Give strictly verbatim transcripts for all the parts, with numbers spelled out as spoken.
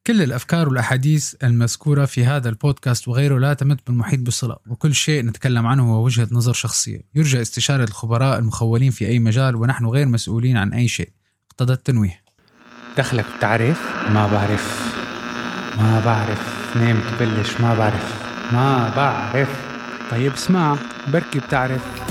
كل الأفكار والأحاديث المذكورة في هذا البودكاست وغيره لا تمت بالمحيط بصلة، وكل شيء نتكلم عنه هو وجهة نظر شخصية يرجى استشارة الخبراء المخولين في أي مجال، ونحن غير مسؤولين عن أي شيء. اقتضى التنويه. دخلك بتعرف؟ ما بعرف ما بعرف نام تبلش ما بعرف ما بعرف طيب اسمع، بركي بتعرف.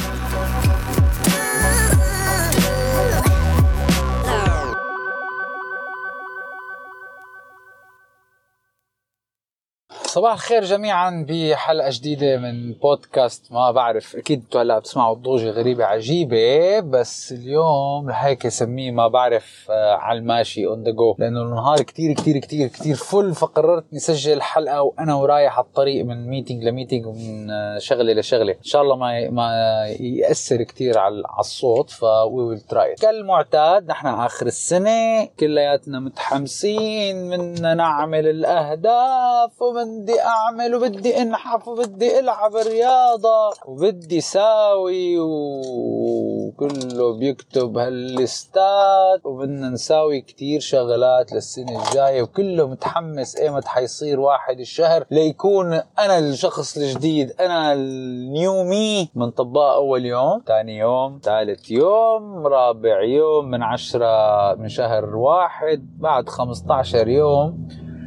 صباح الخير جميعا بحلقة جديدة من بودكاست ما بعرف. أكيد انتوا هلا بتسمعوا ضوجة غريبة عجيبة، بس اليوم لهيك سميه ما بعرف على الماشي on the go، لأنه النهار كتير كتير كتير كتير فل، فقررت نسجل حلقة وأنا ورايح على الطريق من ميتينج لميتينج ومن شغلة لشغلة. إن شاء الله ما ما يأثر كتير على الصوت، فوي ويل تراي. كالمعتاد نحن آخر السنة كلياتنا متحمسين من نعمل الأهداف، ومن بدي أعمل وبدي أنحف وبدي ألعب رياضة وبدي ساوي، وكله بيكتب هالليستات، وبدنا نساوي كتير شغلات للسنة الجاية، وكله متحمس ايمت حيصير واحد الشهر ليكون أنا الشخص الجديد، أنا النيومي. من طباق أول يوم، ثاني يوم، ثالث يوم، رابع يوم من عشرة من شهر واحد، بعد خمسة عشر يوم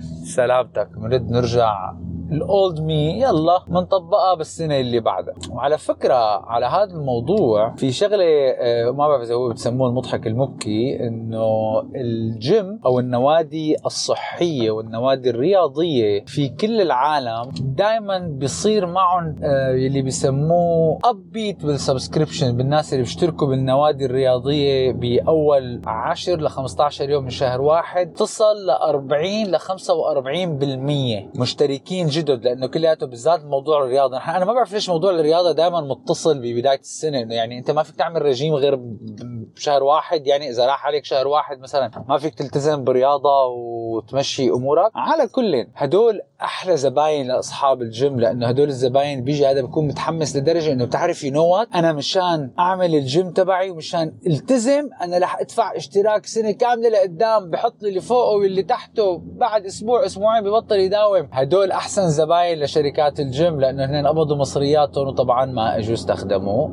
سلامتك بنرد نرجع الأولد مي، يلا منطبقها بالسنة اللي بعدها. وعلى فكرة على هذا الموضوع في شغلة ما بعرف إذا هو بتسموه المضحك المبكي، إنه الجيم أو النوادي الصحية والنوادي الرياضية في كل العالم دايما بيصير معهم اللي بيسموه أبيت بالسبسكريبشن، بالناس اللي بيشتركوا بالنوادي الرياضية بأول عشر لخمسة عشر يوم من شهر واحد تصل لأربعين لخمسة وأربعين بالمية مشتركين جدد، لانه كلياته بالذات موضوع الرياضه. انا ما بعرف ليش موضوع الرياضه دائما متصل ببدايه السنه، انه يعني انت ما فيك تعمل رجيم غير بشهر واحد، يعني اذا راح عليك شهر واحد مثلا ما فيك تلتزم برياضه وتمشي امورك. على كل هدول احلى زباين لاصحاب الجيم، لانه هدول الزباين بيجي هذا بيكون متحمس لدرجه انه بتعرف ينوت انا مشان اعمل الجيم تبعي ومشان التزم انا رح ادفع اشتراك سنه كامله لقدام، بحط لي اللي فوقه واللي تحته، بعد اسبوع اسبوعين ببطل يداوم. هدول احسن زباين لشركات الجيم، لانه هن قبضوا مصرياتهم وطبعا ما اجوا استخدموا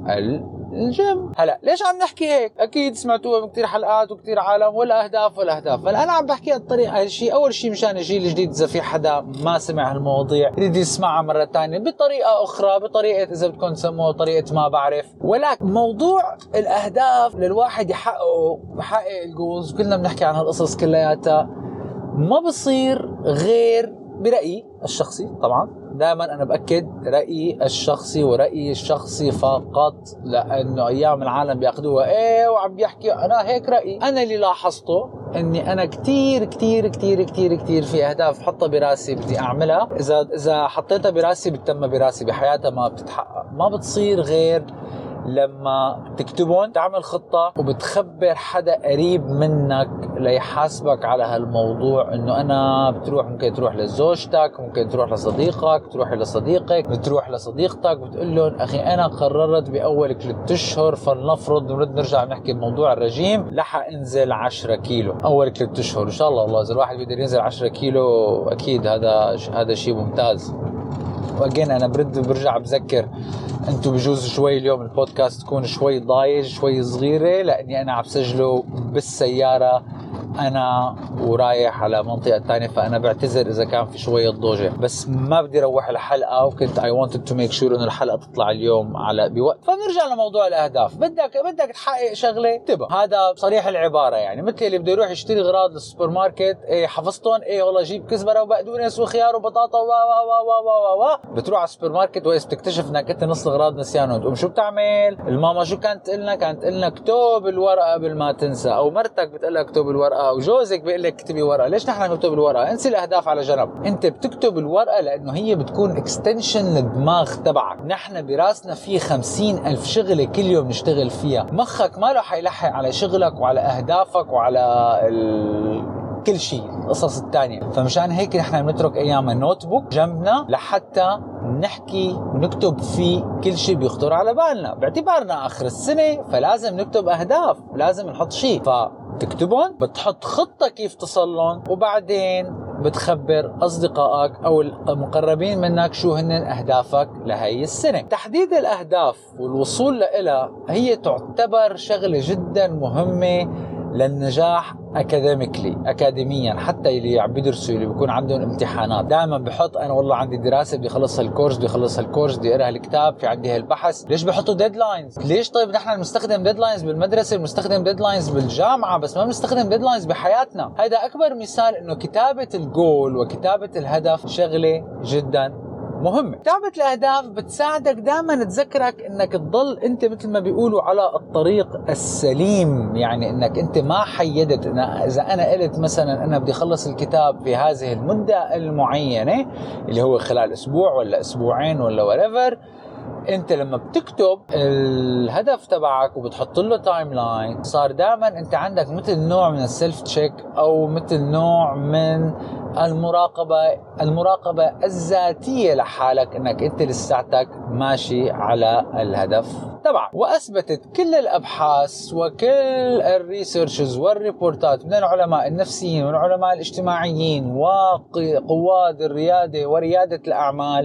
الجيم. هلا ليش عم نحكي هيك؟ اكيد سمعتوها من كثير حلقات وكثير عالم، ولا اهداف ولا اهداف. فانا عم بحكي هالطريقه هالشيء اول شيء مشان الجيل الجديد، اذا في حدا ما سمع هالمواضيع يريد يسمعها مره ثانيه بطريقه اخرى، بطريقه اذا بدكم تسموها طريقه ما بعرف. ولكن موضوع الاهداف للواحد يحققه يحقق الجولز، كلنا بنحكي عن هالقصص كلياتها، ما بصير غير برأيي الشخصي. طبعا دائما أنا بأكد رأيي الشخصي ورأيي الشخصي فقط، لأنه أيام العالم بيأخذوها إيه وعم بيحكي أنا هيك رأيي. أنا اللي لاحظته إني أنا كتير كتير كتير كتير كتير في أهداف حطها براسي بدي أعملها، إذا إذا حطيتها براسي بتتم براسي، بحياتها ما بتتحقق. ما بتصير غير لما تكتبون، تعمل خطة وبتخبر حدا قريب منك ليحاسبك على هالموضوع. انه انا بتروح، ممكن تروح لزوجتك، ممكن تروح لصديقك، تروح لصديقك، بتروح لصديقتك بتقول لهم اخي انا قررت باول ثلاثة اشهر، فلنفرض نرد نرجع نحكي بموضوع الرجيم، لح انزل عشرة كيلو اول ثلاثة اشهر. ان شاء الله والله اذا الواحد بيقدر ينزل عشرة كيلو اكيد هذا هذا شيء ممتاز. واجين انا برد برجع بذكر انتوا بجوز شوي اليوم البودكاست تكون شوي ضايج شوي صغيرة، لاني انا عم سجله بالسيارة انا ورايح على منطقة تانية، فانا بعتذر اذا كان في شوية ضوجة، بس ما بدي روح الحلقة، وكنت I wanted to make sure انه الحلقة تطلع اليوم على بوقت. فبنرجع لموضوع الاهداف. بدك بدك تحقق شغلة تبا، هذا صريح العبارة، يعني مثل اللي بده يروح يشتري اغراض للسوبر ماركت، ايه حفظتهم، ايه والله جيب كزبرة وبقدونس وخيار وبطاطا و و و و و بتروح على السوبر ماركت وإذا بتكتشف انك انت نص الاغراض نسيانه، تقوم شو بتعمل؟ الماما شو كانت تقلنا؟ كانت تقلنا اكتب الورقة قبل ما تنسى، او مرتك بتقلها اكتب الورقة، او جوزك بيقول لك اكتبي ورقة. ليش نحن نكتب الورقة؟ انسي الاهداف على جنب، انت بتكتب الورقة لانه هي بتكون اكستنشن للدماغ تبعك. نحن براسنا في خمسين الف شغلة كل يوم نشتغل فيها، مخك ما له حيلحق على شغلك وعلى اهدافك وعلى ال... كل شيء القصص الثانية. فمشان هيك نحن بنترك ايام نوت بوك جنبنا لحتى نحكي ونكتب فيه كل شيء بيخطر على بالنا، باعتبارنا اخر السنة فلازم نكتب اهداف، لازم نحط شيء فتكتبون، بتحط خطة كيف تصلون، وبعدين بتخبر أصدقائك أو المقربين منك شو هن أهدافك لهي السنة. تحديد الأهداف والوصول لها هي تعتبر شغلة جدا مهمة للنجاح أكاديميكلي أكاديميا. حتى اللي عم بيدرسوا اللي بيكون عندهم امتحانات دائما بحط أنا والله عندي دراسة بدي أخلص هالكورس بدي أخلص هالكورس بدي أقرأ هالكتاب في عندي هالبحث. ليش بحطوا ديدلاينز؟ ليش طيب نحن بنستخدم ديدلاينز بالمدرسة بنستخدم ديدلاينز بالجامعة بس ما بنستخدم ديدلاينز بحياتنا؟ هذا أكبر مثال إنه كتابة الجول وكتابة الهدف شغلة جدا مهمة. كتابة الأهداف بتساعدك دائما تذكرك انك تضل انت مثل ما بيقولوا على الطريق السليم. يعني انك انت ما حيدت إن اذا انا قلت مثلا انا بدي اخلص الكتاب في هذه المدة المعينة اللي هو خلال اسبوع ولا اسبوعين ولا whatever، انت لما بتكتب الهدف تبعك وبتحط له تايم لاين صار دائما انت عندك مثل نوع من السيلف تشيك او مثل نوع من المراقبة المراقبة الذاتية لحالك انك انت لساتك ماشي على الهدف تبعك. واثبتت كل الابحاث وكل الريسيرشز والريبورتات من العلماء النفسيين والعلماء الاجتماعيين وقواد الريادة وريادة الاعمال،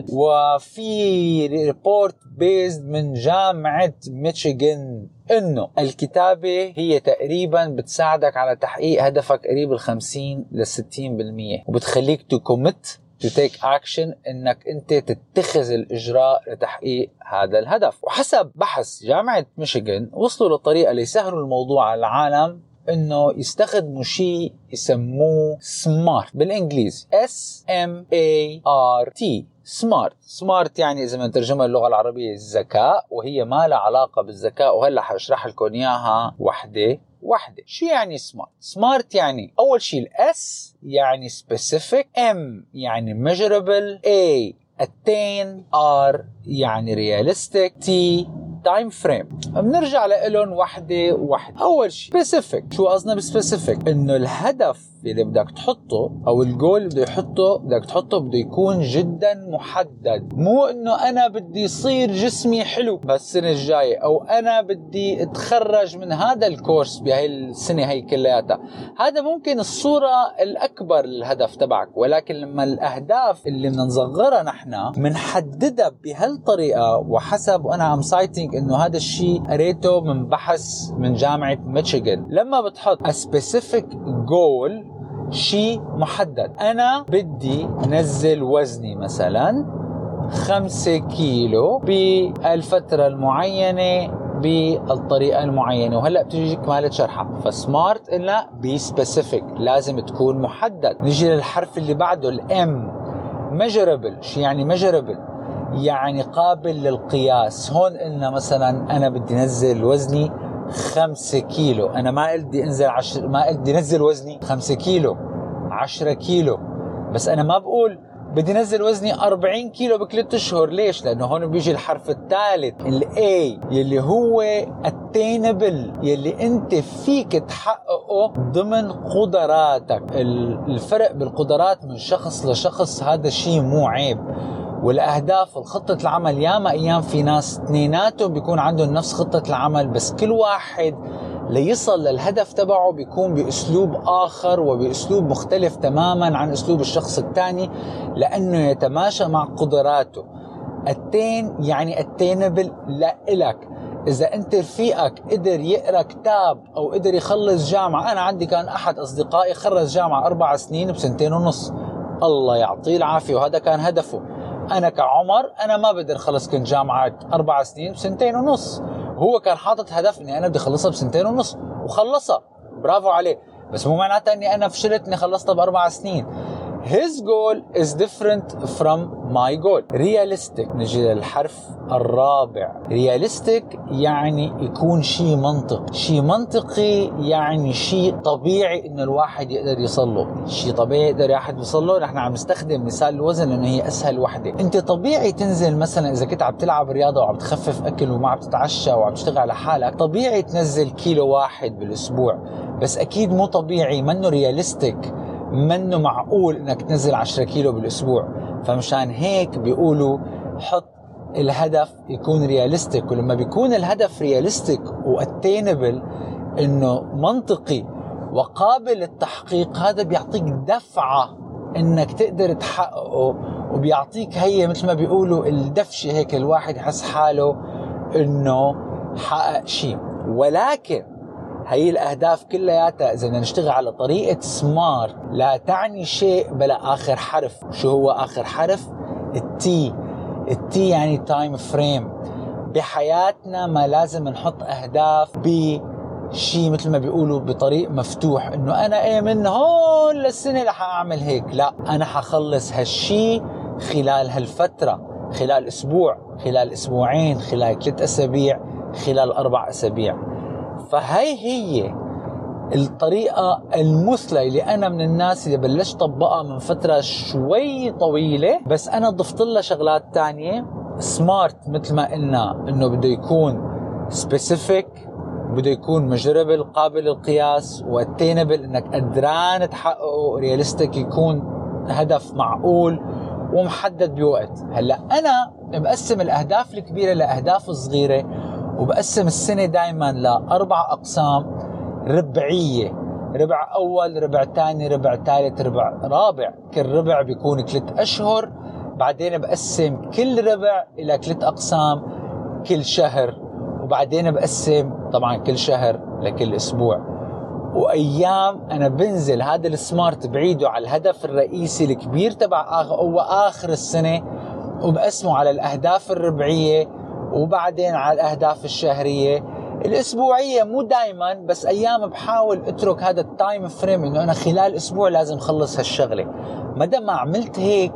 وفي ريبورت بيزد من جامعة ميشيغان انه الكتابة هي تقريبا بتساعدك على تحقيق هدفك قريب الخمسين للستين بالمية، وبتخليك to commit to take action انك انت تتخذ الاجراء لتحقيق هذا الهدف. وحسب بحث جامعة ميشيغان وصلوا للطريقة اللي يسهلوا الموضوع على العالم انه يستخدموا شيء يسموه سمارت بالانجليزي S M A R T سمارت. سمارت يعني إذا ما نترجمها اللغة العربية الذكاء، وهي ما لها علاقة بالذكاء وهلا حاشرح لكم إياها وحدة وحدة. شو يعني سمارت؟ سمارت يعني أول شيء الS يعني specific، M يعني measurable، A attain، R يعني realistic، T time frame. بنرجع لهم وحدة وحدة. أول شيء specific. شو قصدنا بspecific؟ إنه الهدف اللي بدك تحطه أو الجول اللي بده يحطه بدك تحطه بده يكون جدا محدد. مو إنه أنا بدي يصير جسمي حلو بالسنة الجاية أو أنا بدي أتخرج من هذا الكورس بهاي السنة هاي كلياتها. هذا ممكن الصورة الأكبر للهدف تبعك، ولكن لما الأهداف اللي بدنا نصغرها نحن منحددها بهالطريقة وحسب وأنا عم سايتنج إنه هذا الشيء قريته من بحث من جامعة ميشيغان. لما بتحط a specific goal شيء محدد، أنا بدي نزل وزني مثلا خمسة كيلو بالفترة المعينة بالطريقة المعينة، وهلأ بتجيك مالة شرحة. فسمارت إلا بي سبيسيفيك لازم تكون محدد. نجي للحرف اللي بعده الام measurable. شو يعني measurable؟ يعني قابل للقياس. هون قلنا مثلا أنا بدي نزل وزني خمسة كيلو، أنا ما قلت انزل عشر ما قلت نزل وزني خمسة كيلو عشرة كيلو، بس أنا ما بقول بدي نزل وزني أربعين كيلو بثلاث أشهر. ليش؟ لأنه هون بيجي الحرف الثالث ال A يلي هو attainable، يلي أنت فيك تحققه ضمن قدراتك. الفرق بالقدرات من شخص لشخص هذا شيء مو عيب. والأهداف الخطة العمل ياما أيام في ناس اثنيناتهم بيكون عندهم نفس خطة العمل، بس كل واحد ليصل للهدف تبعه بيكون بأسلوب آخر وبأسلوب مختلف تماما عن أسلوب الشخص الثاني لأنه يتماشى مع قدراته. التين يعني التينبل لإلك. إذا أنت رفيقك قدر يقرأ كتاب أو قدر يخلص جامعة، أنا عندي كان أحد أصدقائي خلص جامعة أربع سنين بسنتين ونص، الله يعطيه العافية، وهذا كان هدفه. أنا كعمر أنا ما بقدر خلص كنت جامعة أربع سنين بسنتين ونص، هو كان حاطط هدف إني أنا بدي خلصها بسنتين ونص وخلصها، برافو عليه. بس مو معناتها إني أنا فشلت إني خلصتها بأربع سنين. His goal is different from my goal. Realistic. نجي للحرف الرابع. Realistic يعني يكون شيء منطق. شيء منطقي يعني شيء طبيعي إنه الواحد يقدر يصله. شيء طبيعي يقدر الواحد يصله. نحن عم نستخدم مثال الوزن لأنه هي أسهل وحدة. أنت طبيعي تنزل مثلا إذا كنت عم تلعب رياضة وعم تخفف أكل وما عم تتعشى وعم تشتغل على حالك، طبيعي تنزل كيلو واحد بالأسبوع. بس أكيد مو طبيعي، منه رياليستيك، منه معقول انك تنزل عشرة كيلو بالاسبوع. فمشان هيك بيقولوا حط الهدف يكون رياليستيك. ولما بيكون الهدف رياليستيك واتينبل انه منطقي وقابل للتحقيق، هذا بيعطيك دفعة انك تقدر تحققه، وبيعطيك هي مثل ما بيقولوا الدفشة، هيك الواحد يحس حاله انه حقق شيء. ولكن هي الأهداف كلياتها إذا بدنا نشتغل على طريقة سمارت لا تعني شيء بلا آخر حرف. شو هو آخر حرف؟ التي. التي يعني تايم فريم. بحياتنا ما لازم نحط أهداف بشيء مثل ما بيقولوا بطريق مفتوح، إنه أنا إيه من هون للسنة رح أعمل هيك. لا، أنا حخلص هالشي خلال هالفترة، خلال أسبوع، خلال أسبوعين، خلال ثلاث أسابيع، خلال أربع أسابيع. فهي هي الطريقة المثلى اللي أنا من الناس اللي بلشت طبقها من فترة شوي طويلة، بس أنا ضفت لها شغلات تانية. سمارت مثل ما قلنا إنه بده يكون سبيسيفيك، بده يكون مجربل قابل للقياس، واتينبل إنك قدران تحققه، رياليستيك يكون هدف معقول ومحدد بوقت. هلأ أنا مقسم الأهداف الكبيرة لأهداف صغيرة، وبقسم السنة دايما لأربع أقسام ربعية: ربع أول، ربع تاني، ربع ثالث، ربع رابع. كل ربع بيكون ثلاث أشهر. بعدين بقسم كل ربع إلى ثلاث أقسام كل شهر، وبعدين بقسم طبعا كل شهر لكل أسبوع. وأيام أنا بنزل هذا السمارت بعيده على الهدف الرئيسي الكبير تبع هو آخر السنة، وبقسمه على الأهداف الربعية، وبعدين على الأهداف الشهرية الأسبوعية. مو دايما، بس أيام بحاول أترك هذا التايم فريم إنه أنا خلال أسبوع لازم خلص هالشغلة. مدى ما عملت هيك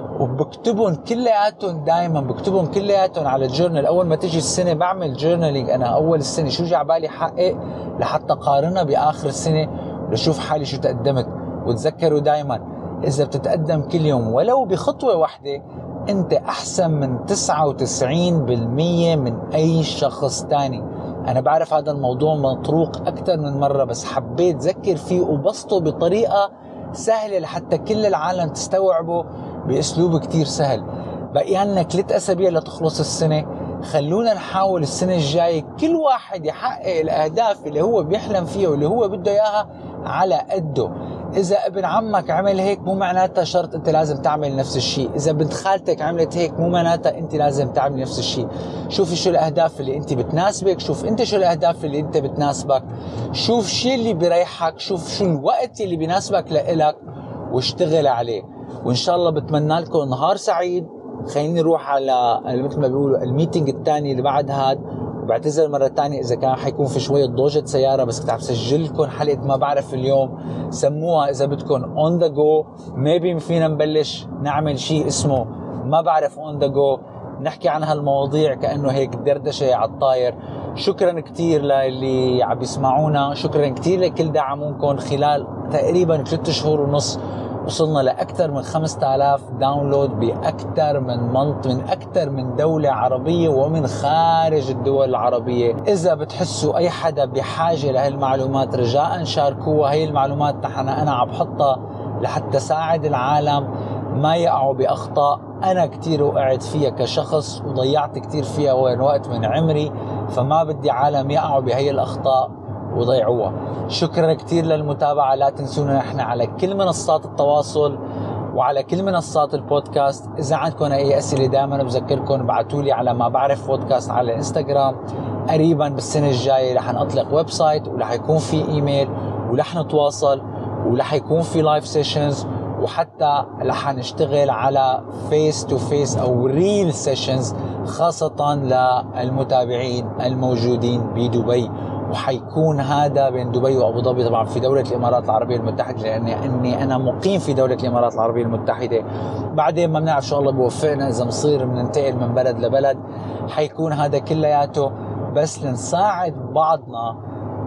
وبكتبهم كلياتهم، دايما بكتبهم كلياتهم على الجورنال. أول ما تيجي السنة بعمل جورنالينج أنا أول السنة شو جا بالي حقق لحتى قارنها بآخر السنة لشوف حالي شو تقدمت. وتذكروا دايما إذا بتتقدم كل يوم ولو بخطوة واحدة أنت أحسن من تسعة وتسعين بالمية من أي شخص تاني. أنا بعرف هذا الموضوع مطروق أكثر من مرة، بس حبيت ذكر فيه وبسطه بطريقة سهلة لحتى كل العالم تستوعبه بأسلوب كتير سهل. بقي لنا ثلاث أسابيع لتخلص السنة. خلونا نحاول السنة الجاية كل واحد يحقق الأهداف اللي هو بيحلم فيها واللي هو بده إياها على قده. إذا ابن عمك عمل هيك مو معناتها شرط أنت لازم تعمل نفس الشيء. إذا بنت خالتك عملت هيك مو معناتها أنت لازم تعمل نفس الشيء. شوفي شو الأهداف اللي أنت بتناسبك، شوف أنت شو الأهداف اللي أنت بتناسبك، شوف شيء اللي بيريحك، شوف شو الوقت اللي بيناسبك لإلك واشتغل عليه. وإن شاء الله بتمنى لكم نهار سعيد. خليني نروح على مثل ما بيقولوا الميتينج الثاني اللي بعد هاد، وبعتذر مرة تانية إذا كان حيكون في شوية ضوجة سيارة، بس كنت عم سجل لكم حلقة ما بعرف اليوم. سموها إذا بدكم on the go. maybe فينا نبلش نعمل شيء اسمه ما بعرف on the go، نحكي عن هالمواضيع كأنه هيك دردشة على الطاير. شكرا كتير للي عم يسمعونا، شكرا كتير لكل دعمونكم. خلال تقريبا ثلاثة شهور ونص وصلنا لأكثر من خمسة آلاف داونلود بأكثر من منط من أكثر من دولة عربية ومن خارج الدول العربية. إذا بتحسوا أي حدا بحاجة لهالمعلومات رجاء شاركوها. هي المعلومات نحن أنا عم بحطها لحتى ساعد العالم ما يقعوا بأخطاء أنا كتير وقعت فيها كشخص وضيعت كتير فيها وقت من عمري، فما بدي عالم يقعوا بهي الأخطاء وضيعوها. شكرا كتير للمتابعة. لا تنسونا نحن على كل منصات التواصل وعلى كل منصات البودكاست. إذا عندكم أي أسئلة دائما بذكركم بعتولي على ما بعرف بودكاست على الانستغرام. قريبا بالسنة الجاية رح نطلق ويب سايت ورح يكون في إيميل ورح نتواصل ورح يكون في لايف سيشنز، وحتى رح نشتغل على فيس تو فيس أو ريل سيشنز خاصة للمتابعين الموجودين بدبي. وحيكون هذا بين دبي وأبو ظبي طبعا في دولة الإمارات العربية المتحدة، لأني أني أنا مقيم في دولة الإمارات العربية المتحدة. بعدين ما بنعرف شو الله بوفقنا إذا مصير بننتقل من بلد لبلد. حيكون هذا كلياته بس لنساعد بعضنا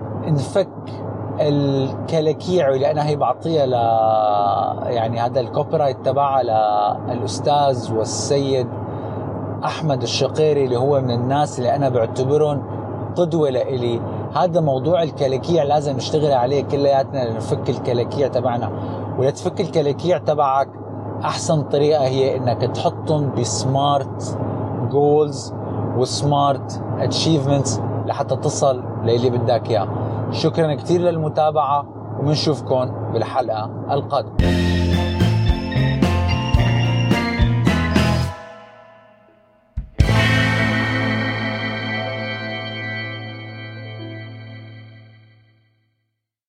نفك الكلاكيع، لأنها هي بعطيها ل يعني هذا الكوبيرايت تبعها للأستاذ والسيد أحمد الشقيري اللي هو من الناس اللي أنا بعتبرهم قدوة لإلي. هذا موضوع الكلاكيع لازم نشتغل عليه كلياتنا لنفك الكلاكيع تبعنا. ولتفك الكلاكيع تبعك أحسن طريقة هي إنك تحطهم بسمارت جولز وسمارت اتشيفمنتس لحتى تصل للي بدك إياه. شكرا كتير للمتابعة ومنشوفكم بالحلقة القادمة.